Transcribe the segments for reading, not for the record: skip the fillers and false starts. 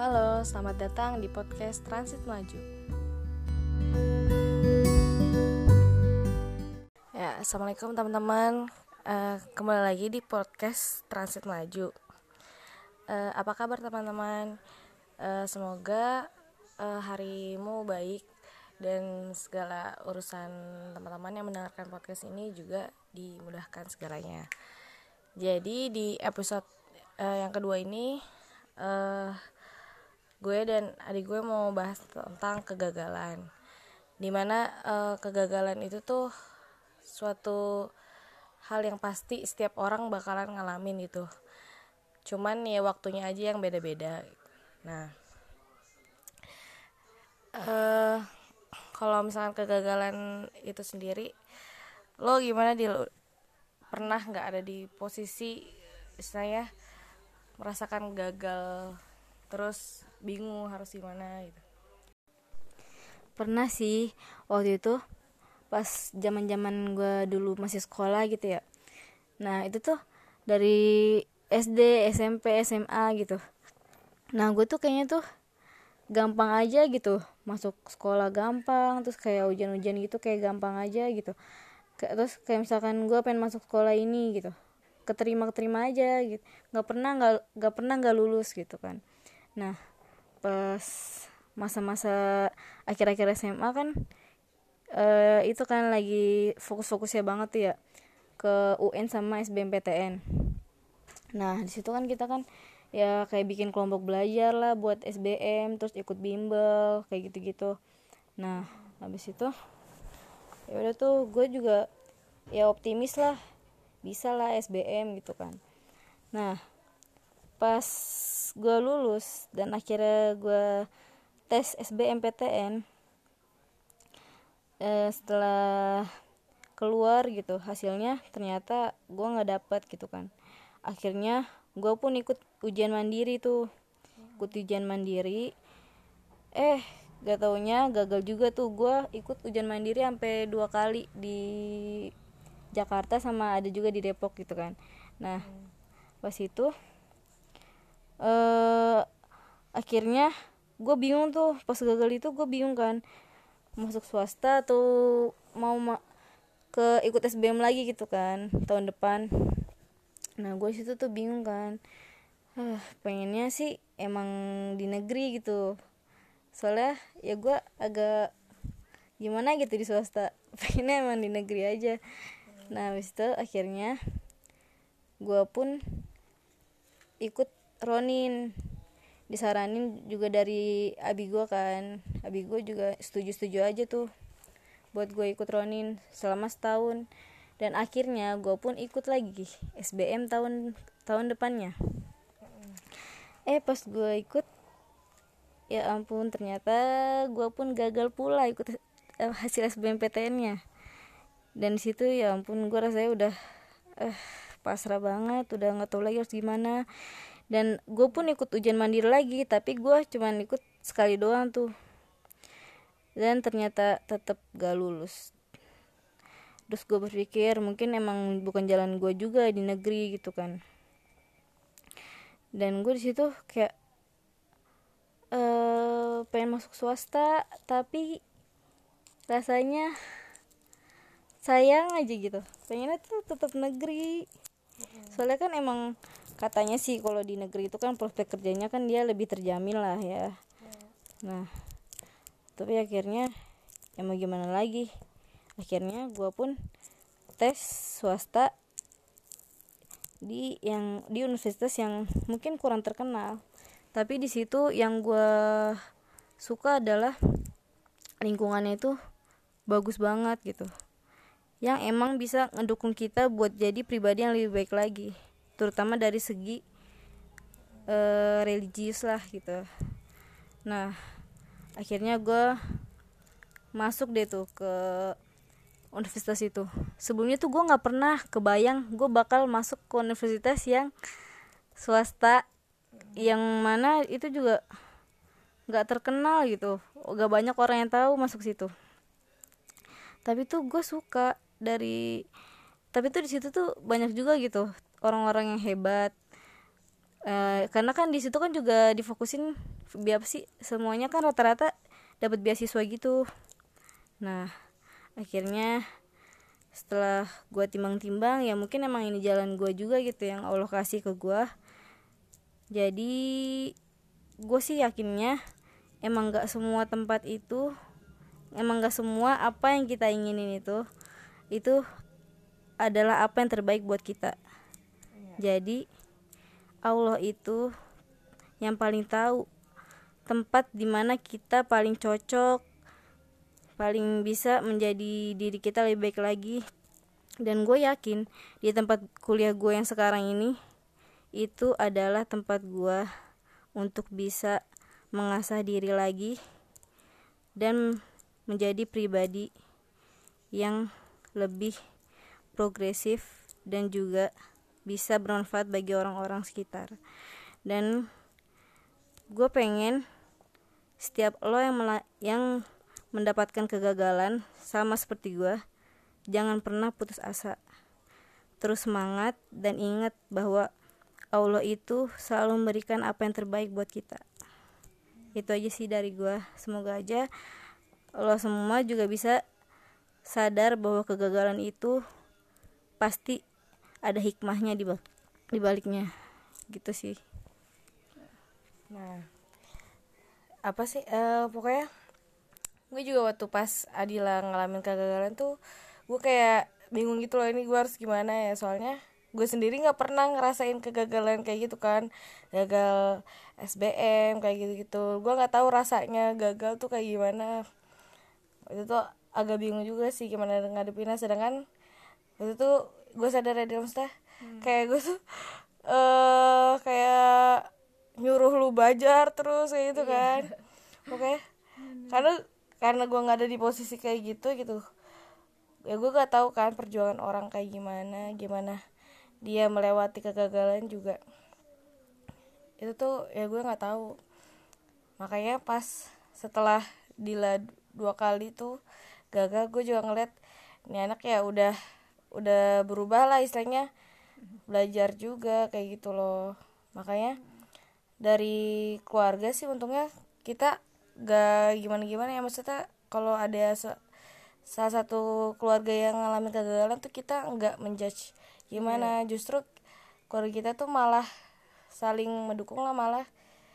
Halo, selamat datang di podcast Transit Maju. Ya, assalamualaikum teman-teman. Kembali lagi di podcast Transit Maju. Apa kabar teman-teman? Semoga harimu baik dan segala urusan teman-teman yang mendengarkan podcast ini juga dimudahkan segalanya. Jadi di episode yang kedua ini gue dan adik gue mau bahas tentang kegagalan, dimana kegagalan itu tuh suatu hal yang pasti setiap orang bakalan ngalamin gitu, cuman ya waktunya aja yang beda-beda. Nah, kalau misalkan kegagalan itu sendiri, lo gimana pernah nggak ada di posisi saya merasakan gagal terus bingung harus gimana gitu? Pernah sih, waktu itu pas zaman gue dulu masih sekolah gitu ya. Nah itu tuh dari SD, SMP, SMA gitu. Nah gue tuh kayaknya tuh gampang aja gitu, masuk sekolah gampang, terus kayak ujian-ujian gitu kayak gampang aja gitu. Terus kayak misalkan gue pengen masuk sekolah ini gitu, keterima aja gitu, nggak pernah nggak lulus gitu kan. Nah pas masa-masa akhir-akhir SMA kan itu kan lagi fokus-fokusnya banget tuh ya ke UN sama SBMPTN. Nah di situ kan kita kan ya kayak bikin kelompok belajar lah buat SBM, terus ikut bimbel kayak gitu-gitu. Nah habis itu ya udah tuh gue juga ya optimis lah, bisa lah SBM gitu kan. Nah pas gue lulus dan akhirnya gue tes SBMPTN, setelah keluar gitu hasilnya ternyata gue nggak dapet gitu kan. Akhirnya gue pun ikut ujian mandiri gak taunya gagal juga tuh. Gue ikut ujian mandiri sampai 2 kali di Jakarta sama ada juga di Depok gitu kan. Nah pas itu akhirnya gue bingung tuh, pas gagal itu gue bingung kan masuk swasta atau mau ke ikut SBM lagi gitu kan tahun depan. Nah gue situ tuh bingung kan, pengennya sih emang di negeri gitu, soalnya ya gue agak gimana gitu di swasta, pengennya emang di negeri aja. Nah habis itu akhirnya gue pun ikut Ronin, disaranin juga dari abi gue kan. Abi gue juga setuju aja tuh buat gue ikut Ronin selama setahun, dan akhirnya gue pun ikut lagi SBM tahun depannya. Pas gue ikut, ya ampun ternyata gue pun gagal pula ikut hasil SBMPTN-nya. Dan situ ya ampun gue rasanya udah pasrah banget, udah nggak tahu lagi harus gimana. Dan gue pun ikut ujian mandiri lagi, tapi gue cuman ikut sekali doang tuh, dan ternyata tetap gak lulus. Terus gue berpikir mungkin emang bukan jalan gue juga di negeri gitu kan. Dan gue di situ kayak pengen masuk swasta, tapi rasanya sayang aja gitu, pengennya tuh tetap negeri. Soalnya kan emang katanya sih kalau di negeri itu kan prospek kerjanya kan dia lebih terjamin lah ya. Nah tapi akhirnya ya mau gimana lagi, akhirnya gue pun tes swasta di universitas yang mungkin kurang terkenal, tapi di situ yang gue suka adalah lingkungannya itu bagus banget gitu, yang emang bisa ngedukung kita buat jadi pribadi yang lebih baik lagi, terutama dari segi religius lah gitu. Nah akhirnya gue masuk deh tuh ke universitas itu. Sebelumnya tuh gue nggak pernah kebayang gue bakal masuk ke universitas yang swasta, yang mana itu juga nggak terkenal gitu, nggak banyak orang yang tahu masuk situ. Tapi tuh gue suka tapi tuh di situ tuh banyak juga gitu orang-orang yang hebat. Karena kan di situ kan juga difokusin biar sih semuanya kan rata-rata dapat beasiswa gitu. Nah akhirnya setelah gue timbang-timbang, ya mungkin emang ini jalan gue juga gitu yang Allah kasih ke gue. Jadi gue sih yakinnya emang gak semua tempat itu, emang gak semua apa yang kita inginin itu adalah apa yang terbaik buat kita. Jadi Allah itu yang paling tahu tempat dimana kita paling cocok, paling bisa menjadi diri kita lebih baik lagi. Dan gue yakin di tempat kuliah gue yang sekarang ini itu adalah tempat gue untuk bisa mengasah diri lagi dan menjadi pribadi yang lebih progresif dan juga bisa bermanfaat bagi orang-orang sekitar. Dan gue pengen setiap lo yang mendapatkan kegagalan sama seperti gue, jangan pernah putus asa, terus semangat dan ingat bahwa Allah itu selalu memberikan apa yang terbaik buat kita. Itu aja sih dari gue. Semoga aja lo semua juga bisa sadar bahwa kegagalan itu pasti ada hikmahnya di baliknya. Gitu sih. Nah, apa sih pokoknya gue juga waktu pas Adila ngalamin kegagalan tuh gue kayak bingung gitu loh, ini gue harus gimana ya, soalnya gue sendiri nggak pernah ngerasain kegagalan kayak gitu kan, gagal SBM kayak gitu gue nggak tahu rasanya gagal tuh kayak gimana. Itu tuh agak bingung juga sih gimana ngadepinnya, sedangkan itu tuh gue sadar ya dalam kayak gue tuh kayak nyuruh lu belajar terus kayak gitu kan. Oke, karena gue nggak ada di posisi kayak gitu ya, gue gak tahu kan perjuangan orang kayak gimana dia melewati kegagalan juga. Itu tuh ya gue nggak tahu. Makanya pas setelah Dila 2 kali tuh gagal, gue juga ngeliat ini anak ya udah berubah lah istilahnya, belajar juga kayak gitu loh. Makanya dari keluarga sih untungnya kita gak gimana ya, maksudnya kalau ada salah satu keluarga yang ngalamin kegagalan tuh kita nggak menjudge gimana, justru keluarga kita tuh malah saling mendukung lah, malah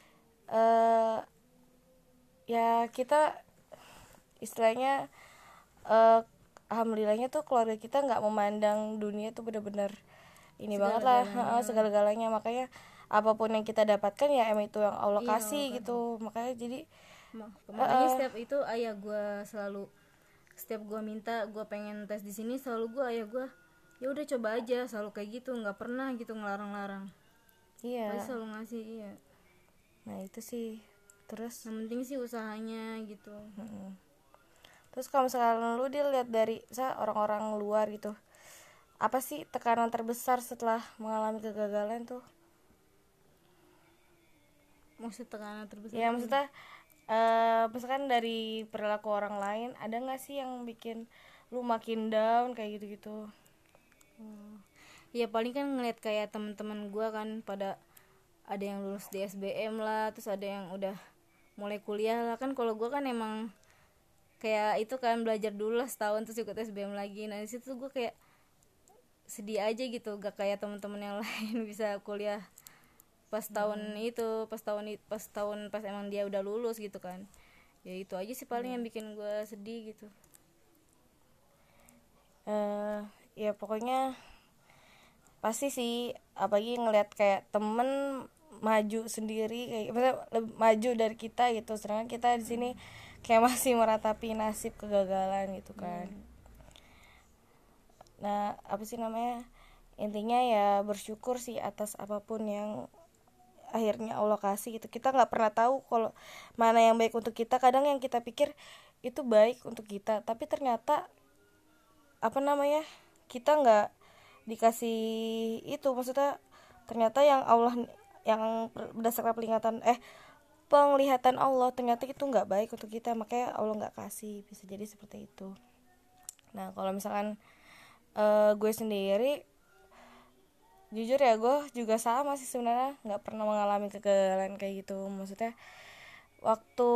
ya kita istilahnya alhamdulillahnya tuh keluarga kita nggak memandang dunia tuh benar-benar ini banget lah, segala-galanya. Makanya apapun yang kita dapatkan ya emang itu yang Allah kasih gitu. Makanya jadi makanya setiap itu ayah gue selalu, setiap gue minta gue pengen tes di sini, selalu ayah gue ya udah coba aja, selalu kayak gitu, nggak pernah gitu ngelarang-larang. Iya. Pasti selalu ngasih. Iya. Nah itu sih. Terus yang penting sih usahanya gitu. Terus kalau misalkan lu dilihat dari orang-orang luar gitu, apa sih tekanan terbesar setelah mengalami kegagalan tuh? Maksud tekanan terbesar Ya maksudnya misalkan dari perilaku orang lain, ada nggak sih yang bikin lu makin down kayak gitu-gitu? Ya paling kan ngeliat kayak teman-teman gue kan pada ada yang lulus di SBM lah, terus ada yang udah mulai kuliah lah kan. Kalau gue kan emang kayak itu kan belajar dulu lah setahun terus ikut SBM lagi. Nah di situ gue kayak sedih aja gitu, gak kayak teman-teman yang lain bisa kuliah pas tahun itu, pas emang dia udah lulus gitu kan. Ya itu aja sih paling yang bikin gue sedih gitu. Ya pokoknya pasti sih, apalagi ngelihat kayak temen maju sendiri, kayak misalnya lebih maju dari kita gitu, sedangkan kita di sini kayak masih meratapi nasib kegagalan gitu kan. Nah apa sih namanya, intinya ya bersyukur sih atas apapun yang akhirnya Allah kasih gitu. Kita nggak pernah tahu kalau mana yang baik untuk kita. Kadang yang kita pikir itu baik untuk kita, tapi ternyata apa namanya, kita nggak dikasih itu, maksudnya ternyata yang Allah, yang berdasarkan penglihatan Allah, ternyata itu nggak baik untuk kita, makanya Allah nggak kasih. Bisa jadi seperti itu. Nah kalau misalkan gue sendiri jujur ya, gue juga sama sih sebenarnya, nggak pernah mengalami kegagalan kayak gitu. Maksudnya waktu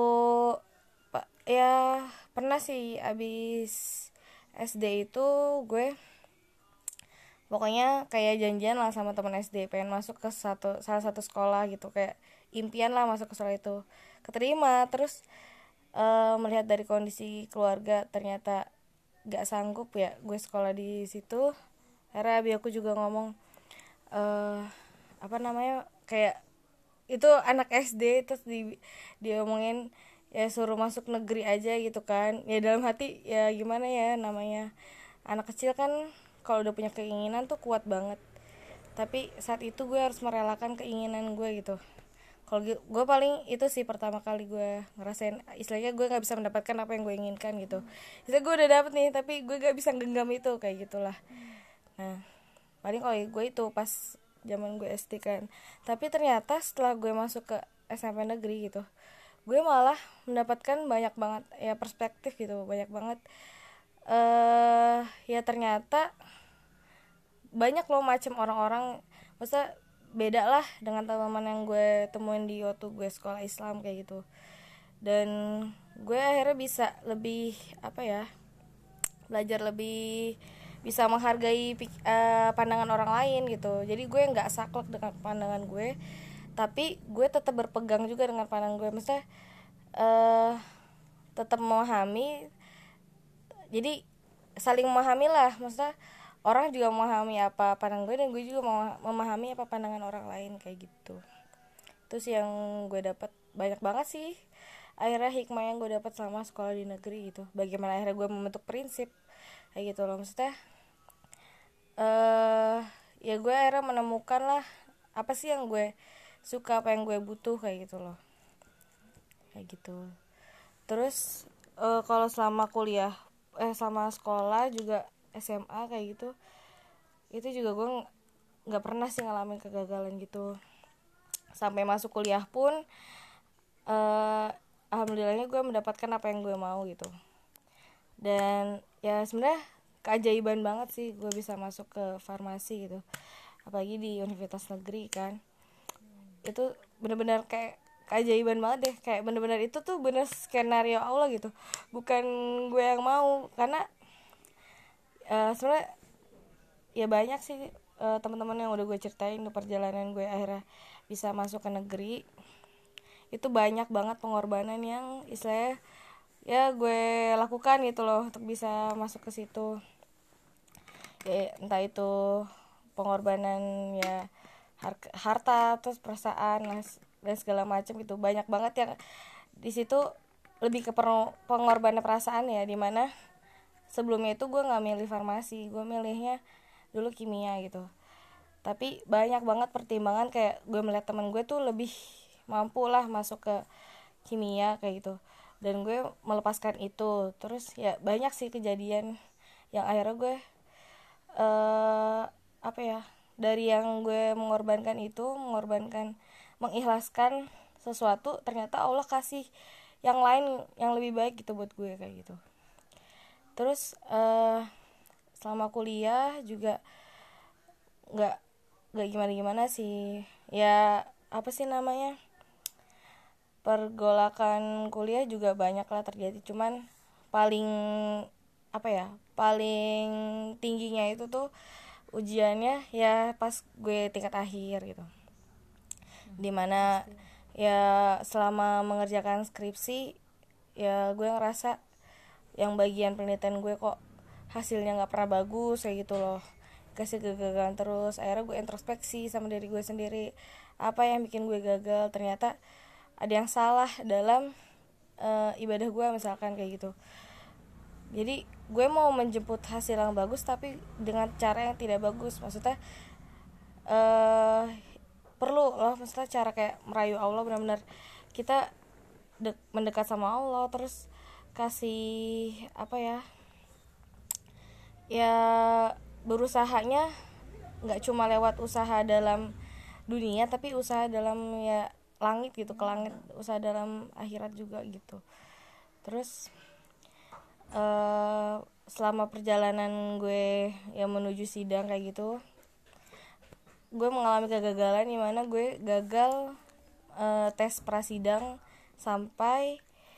ya pernah sih abis SD itu gue pokoknya kayak janjian lah sama teman SD pengen masuk ke salah satu sekolah gitu, kayak impian lah masuk ke sekolah itu, keterima. Terus melihat dari kondisi keluarga ternyata gak sanggup ya gue sekolah di situ. Akhirnya abi aku juga ngomong apa namanya, kayak itu anak SD terus diomongin ya suruh masuk negeri aja gitu kan. Ya dalam hati ya gimana ya, namanya anak kecil kan kalau udah punya keinginan tuh kuat banget. Tapi saat itu gue harus merelakan keinginan gue gitu. Kalau gue paling itu sih pertama kali gue ngerasain istilahnya gue nggak bisa mendapatkan apa yang gue inginkan gitu. Istilahnya gue udah dapet nih tapi gue gak bisa genggam itu, kayak gitulah. Nah paling kalau gue itu pas zaman gue SD kan. Tapi ternyata setelah gue masuk ke SMP negeri gitu, gue malah mendapatkan banyak banget ya perspektif gitu, banyak banget ya ternyata banyak loh macam orang-orang. Maksudnya beda lah dengan teman-teman yang gue temuin di waktu gue sekolah Islam kayak gitu. Dan gue akhirnya bisa lebih apa ya, belajar lebih bisa menghargai pandangan orang lain gitu. Jadi gue nggak saklek dengan pandangan gue, tapi gue tetap berpegang juga dengan pandangan gue. Maksudnya tetap memahami, jadi saling memahami lah. Maksudnya orang juga memahami apa pandangan gue dan gue juga mau memahami apa pandangan orang lain kayak gitu. Itu sih yang gue dapat banyak banget sih akhirnya hikmah yang gue dapat selama sekolah di negeri gitu. Bagaimana akhirnya gue membentuk prinsip kayak gitu loh. Maksudnya ya gue akhirnya menemukan lah apa sih yang gue suka, apa yang gue butuh kayak gitu loh, kayak gitu. Terus kalau selama kuliah selama sekolah juga SMA kayak gitu, itu juga gue nggak pernah sih ngalamin kegagalan gitu. Sampai masuk kuliah pun alhamdulillahnya gue mendapatkan apa yang gue mau gitu. Dan ya sebenarnya keajaiban banget sih gue bisa masuk ke farmasi gitu, apalagi di universitas negeri kan. Itu benar-benar kayak keajaiban banget deh, kayak benar-benar itu tuh bener skenario Allah gitu, bukan gue yang mau. Karena sebenarnya ya banyak sih teman-teman yang udah gue ceritain perjalanan gue akhirnya bisa masuk ke negeri. Itu banyak banget pengorbanan yang istilahnya ya gue lakukan gitu loh untuk bisa masuk ke situ. Ya, entah itu pengorbanan ya harta terus perasaan dan segala macam gitu, banyak banget yang di situ. Lebih ke pengorbanan perasaan ya, dimana sebelumnya itu gue nggak milih farmasi, gue milihnya dulu kimia gitu. Tapi banyak banget pertimbangan, kayak gue melihat teman gue tuh lebih mampu lah masuk ke kimia kayak gitu, dan gue melepaskan itu. Terus ya banyak sih kejadian yang akhirnya gue apa ya, dari yang gue mengorbankan itu, mengikhlaskan sesuatu, ternyata Allah kasih yang lain yang lebih baik gitu buat gue kayak gitu. Terus selama kuliah juga nggak gimana sih ya, apa sih namanya, pergolakan kuliah juga banyak lah terjadi. Cuman paling apa ya, paling tingginya itu tuh ujiannya ya pas gue tingkat akhir gitu, dimana ya selama mengerjakan skripsi ya gue ngerasa yang bagian penelitian gue kok hasilnya nggak pernah bagus kayak gitu loh, kasih kegagalan terus. Akhirnya gue introspeksi sama diri gue sendiri, apa yang bikin gue gagal. Ternyata ada yang salah dalam ibadah gue misalkan kayak gitu. Jadi gue mau menjemput hasil yang bagus tapi dengan cara yang tidak bagus. Maksudnya perlu loh, maksudnya cara kayak merayu Allah, benar-benar kita mendekat sama Allah, terus kasih apa ya, ya berusahanya nggak cuma lewat usaha dalam dunia, tapi usaha dalam ya langit gitu, ke langit, usaha dalam akhirat juga gitu. Terus selama perjalanan gue yang menuju sidang kayak gitu, gue mengalami kegagalan, dimana gue gagal tes prasidang sampai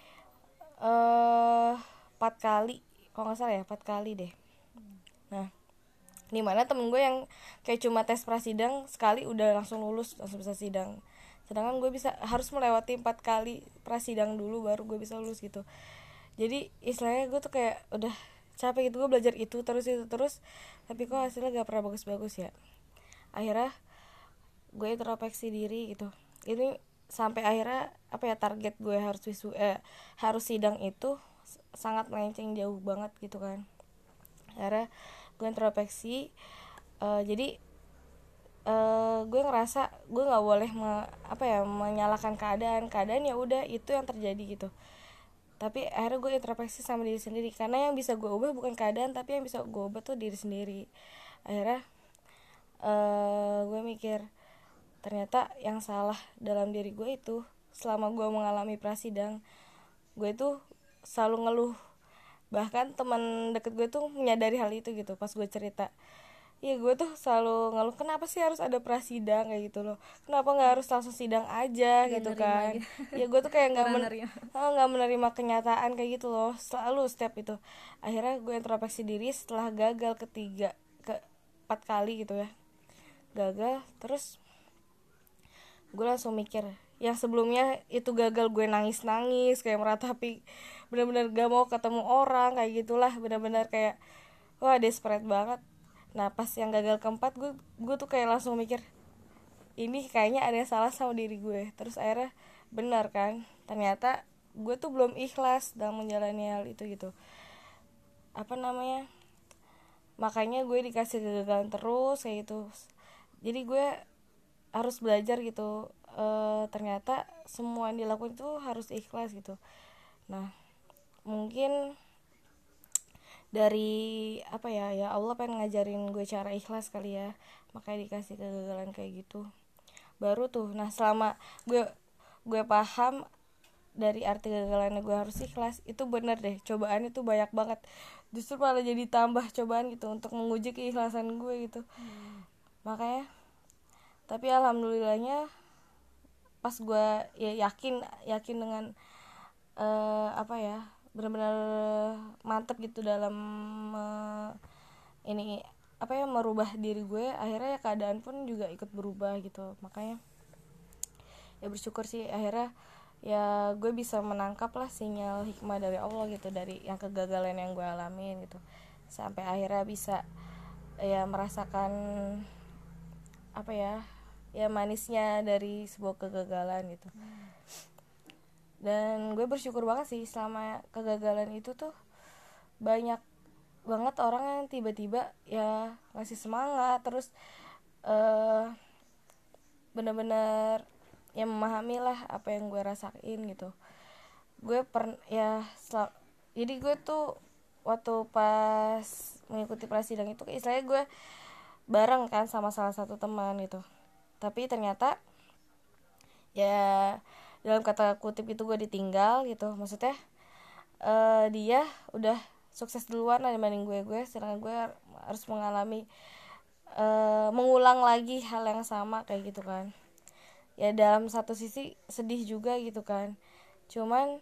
4 kali, kalau nggak salah ya 4 kali deh. Nah, dimana temen gue yang kayak cuma tes prasidang sekali udah langsung lulus, langsung bisa sidang, sedangkan gue harus melewati 4 kali prasidang dulu baru gue bisa lulus gitu. Jadi istilahnya gue tuh kayak udah capek gitu, gue belajar itu terus tapi kok hasilnya gak pernah bagus-bagus ya. Akhirnya gue introspeksi diri gitu, ini sampai akhirnya apa ya, target gue harus sidang itu sangat melenceng jauh banget gitu kan. Akhirnya gue introspeksi, jadi gue ngerasa gue nggak boleh menyalahkan keadaan ya udah itu yang terjadi gitu. Tapi akhirnya gue introspeksi sama diri sendiri, karena yang bisa gue ubah bukan keadaan, tapi yang bisa gue ubah tuh diri sendiri. Akhirnya gue mikir ternyata yang salah dalam diri gue itu selama gue mengalami prasidang, gue tuh selalu ngeluh. Bahkan teman deket gue tuh menyadari hal itu gitu pas gue cerita. Iya, gue tuh selalu ngeluh, kenapa sih harus ada prasidang kayak gitu loh, kenapa nggak harus langsung sidang aja Gak gitu nerima kan. gitu. Ya gue tuh kayak Kurang nerima. nggak menerima kenyataan kayak gitu loh, selalu setiap itu. Akhirnya gue introspeksi diri setelah gagal ke 4 kali gitu ya, gagal. Terus gue langsung mikir, yang sebelumnya itu gagal gue nangis kayak meratapi, benar-benar gak mau ketemu orang kayak gitulah, benar-benar kayak wah desperate banget. Nah pas yang gagal keempat, gue tuh kayak langsung mikir, ini kayaknya ada yang salah sama diri gue. Terus akhirnya benar kan, ternyata gue tuh belum ikhlas dalam menjalani hal itu gitu. Makanya gue dikasih kegagalan terus kayak gitu. Jadi gue harus belajar gitu, ternyata semua yang dilakuin itu harus ikhlas gitu. Nah mungkin dari ya Allah pengen ngajarin gue cara ikhlas kali ya, makanya dikasih kegagalan kayak gitu. Baru tuh, nah selama gue paham dari arti kegagalannya gue harus ikhlas, itu bener deh, cobaan itu banyak banget, justru malah jadi tambah cobaan gitu untuk menguji keikhlasan gue gitu. Makanya tapi alhamdulillahnya pas gue ya yakin dengan benar-benar mantep gitu dalam merubah diri gue, akhirnya ya keadaan pun juga ikut berubah gitu. Makanya ya bersyukur sih, akhirnya ya gue bisa menangkap lah sinyal hikmah dari Allah gitu, dari yang kegagalan yang gue alamin gitu, sampai akhirnya bisa ya merasakan ya manisnya dari sebuah kegagalan gitu. Dan gue bersyukur banget sih, selama kegagalan itu tuh banyak banget orang yang tiba-tiba ya ngasih semangat, terus bener-bener ya memahami lah apa yang gue rasain gitu. Jadi gue tuh waktu pas mengikuti prasidang itu istilahnya gue bareng kan sama salah satu teman gitu, tapi ternyata ya dalam kata kutip itu gue ditinggal gitu, maksudnya dia udah sukses duluan lah dibanding gue, sedangkan gue harus mengulang lagi hal yang sama kayak gitu kan. Ya dalam satu sisi sedih juga gitu kan, cuman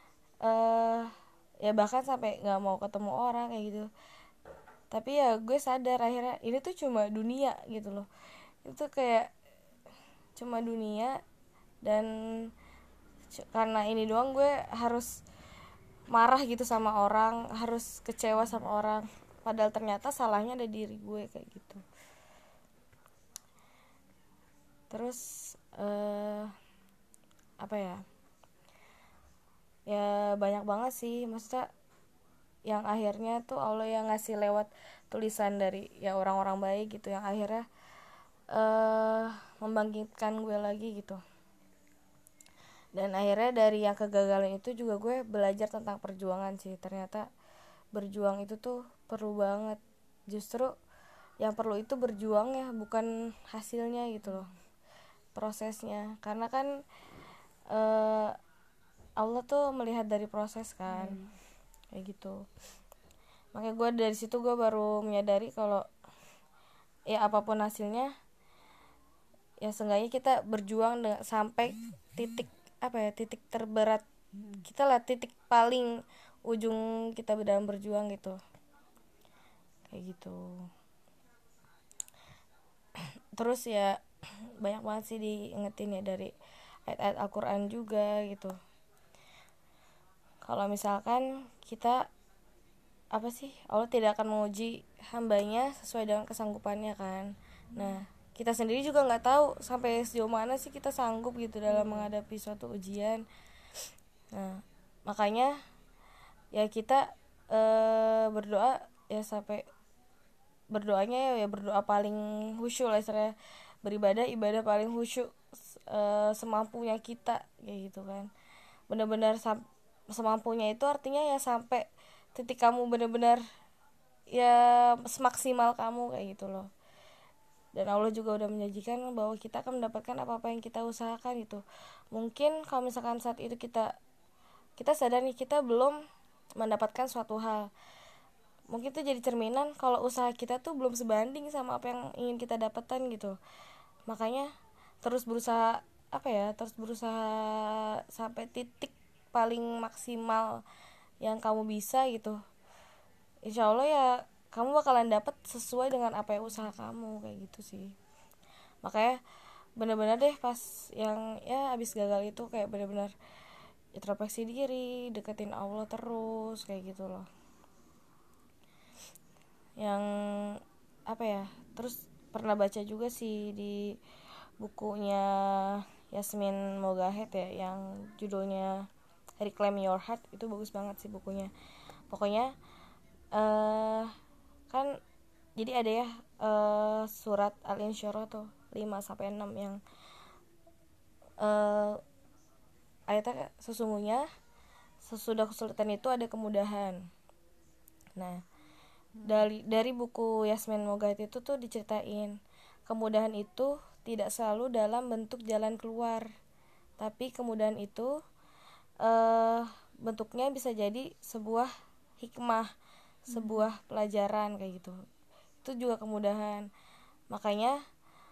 ya bahkan sampai nggak mau ketemu orang kayak gitu. Tapi ya gue sadar akhirnya ini tuh cuma dunia gitu loh, itu kayak cuma dunia, dan karena ini doang gue harus marah gitu sama orang, harus kecewa sama orang, padahal ternyata salahnya ada diri gue kayak gitu. Terus ya banyak banget sih, maksudnya yang akhirnya tuh Allah yang ngasih lewat tulisan dari ya orang-orang baik gitu, yang akhirnya membangkitkan gue lagi gitu. Dan akhirnya dari yang kegagalan itu juga gue belajar tentang perjuangan sih. Ternyata berjuang itu tuh perlu banget. Justru yang perlu itu berjuang ya, bukan hasilnya gitu loh, prosesnya. Karena kan Allah tuh melihat dari proses kan, kayak gitu. Makanya gue dari situ gue baru menyadari kalau ya apapun hasilnya, ya seenggaknya kita berjuang sampai titik apa ya, titik terberat kita lah, titik paling ujung kita dalam berjuang gitu, kayak gitu. Terus ya banyak banget sih diingetin ya dari ayat-ayat Al-Quran juga gitu. Kalau misalkan kita apa sih, Allah tidak akan menguji hambanya sesuai dengan kesanggupannya kan. Nah kita sendiri juga nggak tahu sampai sejauh mana sih kita sanggup gitu dalam menghadapi suatu ujian. Nah makanya ya kita berdoa ya, sampai berdoanya ya berdoa paling khusyuk lah istilahnya, ibadah paling khusyuk semampunya kita kayak gitu kan. Benar-benar semampunya itu artinya ya sampai titik kamu benar-benar ya semaksimal kamu kayak gitu loh. Dan Allah juga udah menjanjikan bahwa kita akan mendapatkan apa-apa yang kita usahakan gitu. Mungkin kalau misalkan saat itu kita sadar nih kita belum mendapatkan suatu hal, mungkin itu jadi cerminan kalau usaha kita tuh belum sebanding sama apa yang ingin kita dapatkan gitu. Makanya terus berusaha apa ya, terus berusaha sampai titik paling maksimal yang kamu bisa gitu. Insya Allah ya kamu bakalan dapat sesuai dengan apa yang usaha kamu kayak gitu sih. Makanya benar-benar deh pas yang ya abis gagal itu kayak benar-benar introspeksi diri, deketin Allah terus kayak gitu loh. Yang apa ya, terus pernah baca juga sih di bukunya Yasmin Mogahed ya, yang judulnya Reclaim Your Heart. Itu bagus banget sih bukunya. Pokoknya kan jadi ada ya surat Al-Insyirah tuh 5-6 yang ayatnya sesungguhnya sesudah kesulitan itu ada kemudahan. Nah dari buku Yasmin Mogahed itu tuh diceritain kemudahan itu tidak selalu dalam bentuk jalan keluar, tapi kemudahan itu bentuknya bisa jadi sebuah hikmah, sebuah pelajaran kayak gitu. Itu juga kemudahan. Makanya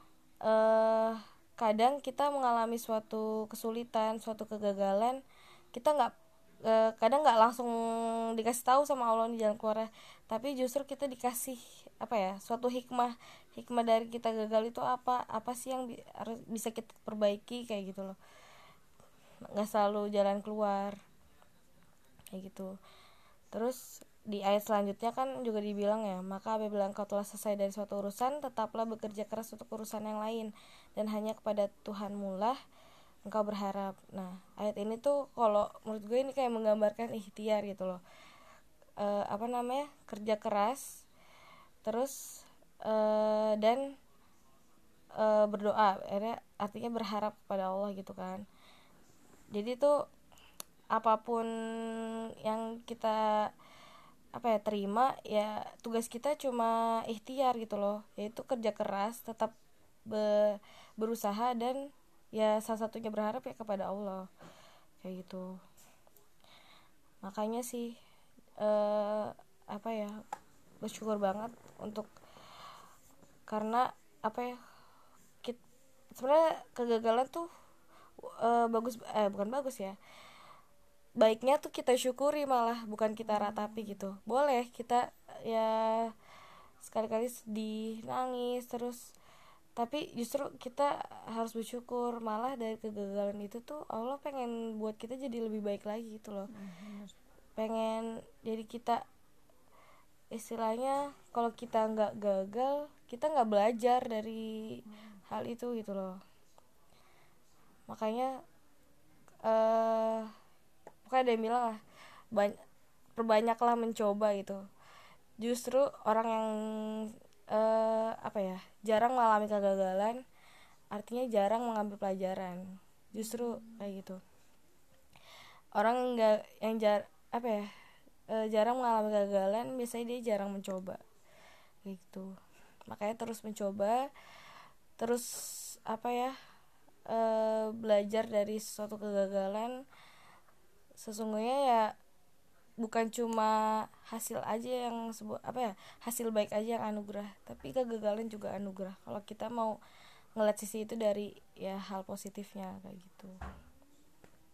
kadang kita mengalami suatu kesulitan, suatu kegagalan, kita kadang nggak langsung dikasih tahu sama Allah di jalan keluarnya, tapi justru kita dikasih apa ya, suatu hikmah dari kita gagal itu apa sih yang harus bisa kita perbaiki kayak gitu loh. Nggak selalu jalan keluar kayak gitu. Terus di ayat selanjutnya kan juga dibilang ya, maka apabila engkau telah selesai dari suatu urusan, tetaplah bekerja keras untuk urusan yang lain, dan hanya kepada Tuhanmu lah engkau berharap. Nah ayat ini tuh kalau menurut gue ini kayak menggambarkan ikhtiar gitu loh. Apa namanya, kerja keras terus dan berdoa, artinya berharap kepada Allah gitu kan. Jadi tuh apapun yang kita apa ya terima ya, tugas kita cuma ikhtiar gitu loh, yaitu kerja keras, tetap berusaha, dan ya salah satunya berharap ya kepada Allah kayak gitu. Makanya sih apa ya, bersyukur banget untuk karena apa ya, sebenarnya kegagalan tuh bukan bagus ya, baiknya tuh kita syukuri malah, bukan kita ratapi gitu. Boleh kita ya sekali-kali sedih, nangis terus, tapi justru kita harus bersyukur, malah dari kegagalan itu tuh Allah pengen buat kita jadi lebih baik lagi gitu loh. Pengen jadi kita istilahnya, kalau kita nggak gagal kita nggak belajar dari hal itu gitu loh. Makanya pokoknya ada yang bilang lah, perbanyaklah mencoba gitu. Justru orang yang apa ya, jarang mengalami kegagalan artinya jarang mengambil pelajaran, justru kayak gitu. Orang nggak yang apa ya, jarang mengalami kegagalan biasanya dia jarang mencoba gitu. Makanya terus mencoba, terus apa ya, belajar dari suatu kegagalan. Sesungguhnya ya bukan cuma hasil aja yang apa ya, hasil baik aja yang anugerah, tapi kegagalan juga anugerah kalau kita mau ngeliat sisi itu dari ya hal positifnya kayak gitu.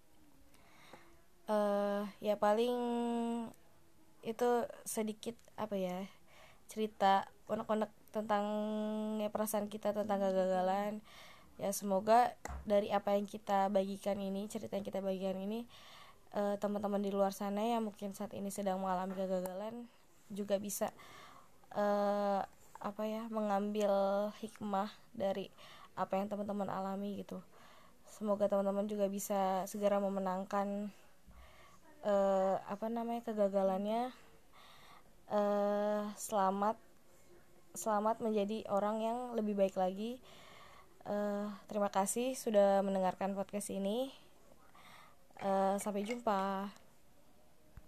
Ya paling itu sedikit apa ya, cerita unek-unek tentang ya perasaan kita tentang kegagalan. Ya semoga dari apa yang kita bagikan ini, cerita yang kita bagikan ini, teman-teman di luar sana yang mungkin saat ini sedang mengalami kegagalan juga bisa apa ya, mengambil hikmah dari apa yang teman-teman alami gitu. Semoga teman-teman juga bisa segera memenangkan apa namanya, kegagalannya. Selamat selamat menjadi orang yang lebih baik lagi. Terima kasih sudah mendengarkan podcast ini. Sampai jumpa.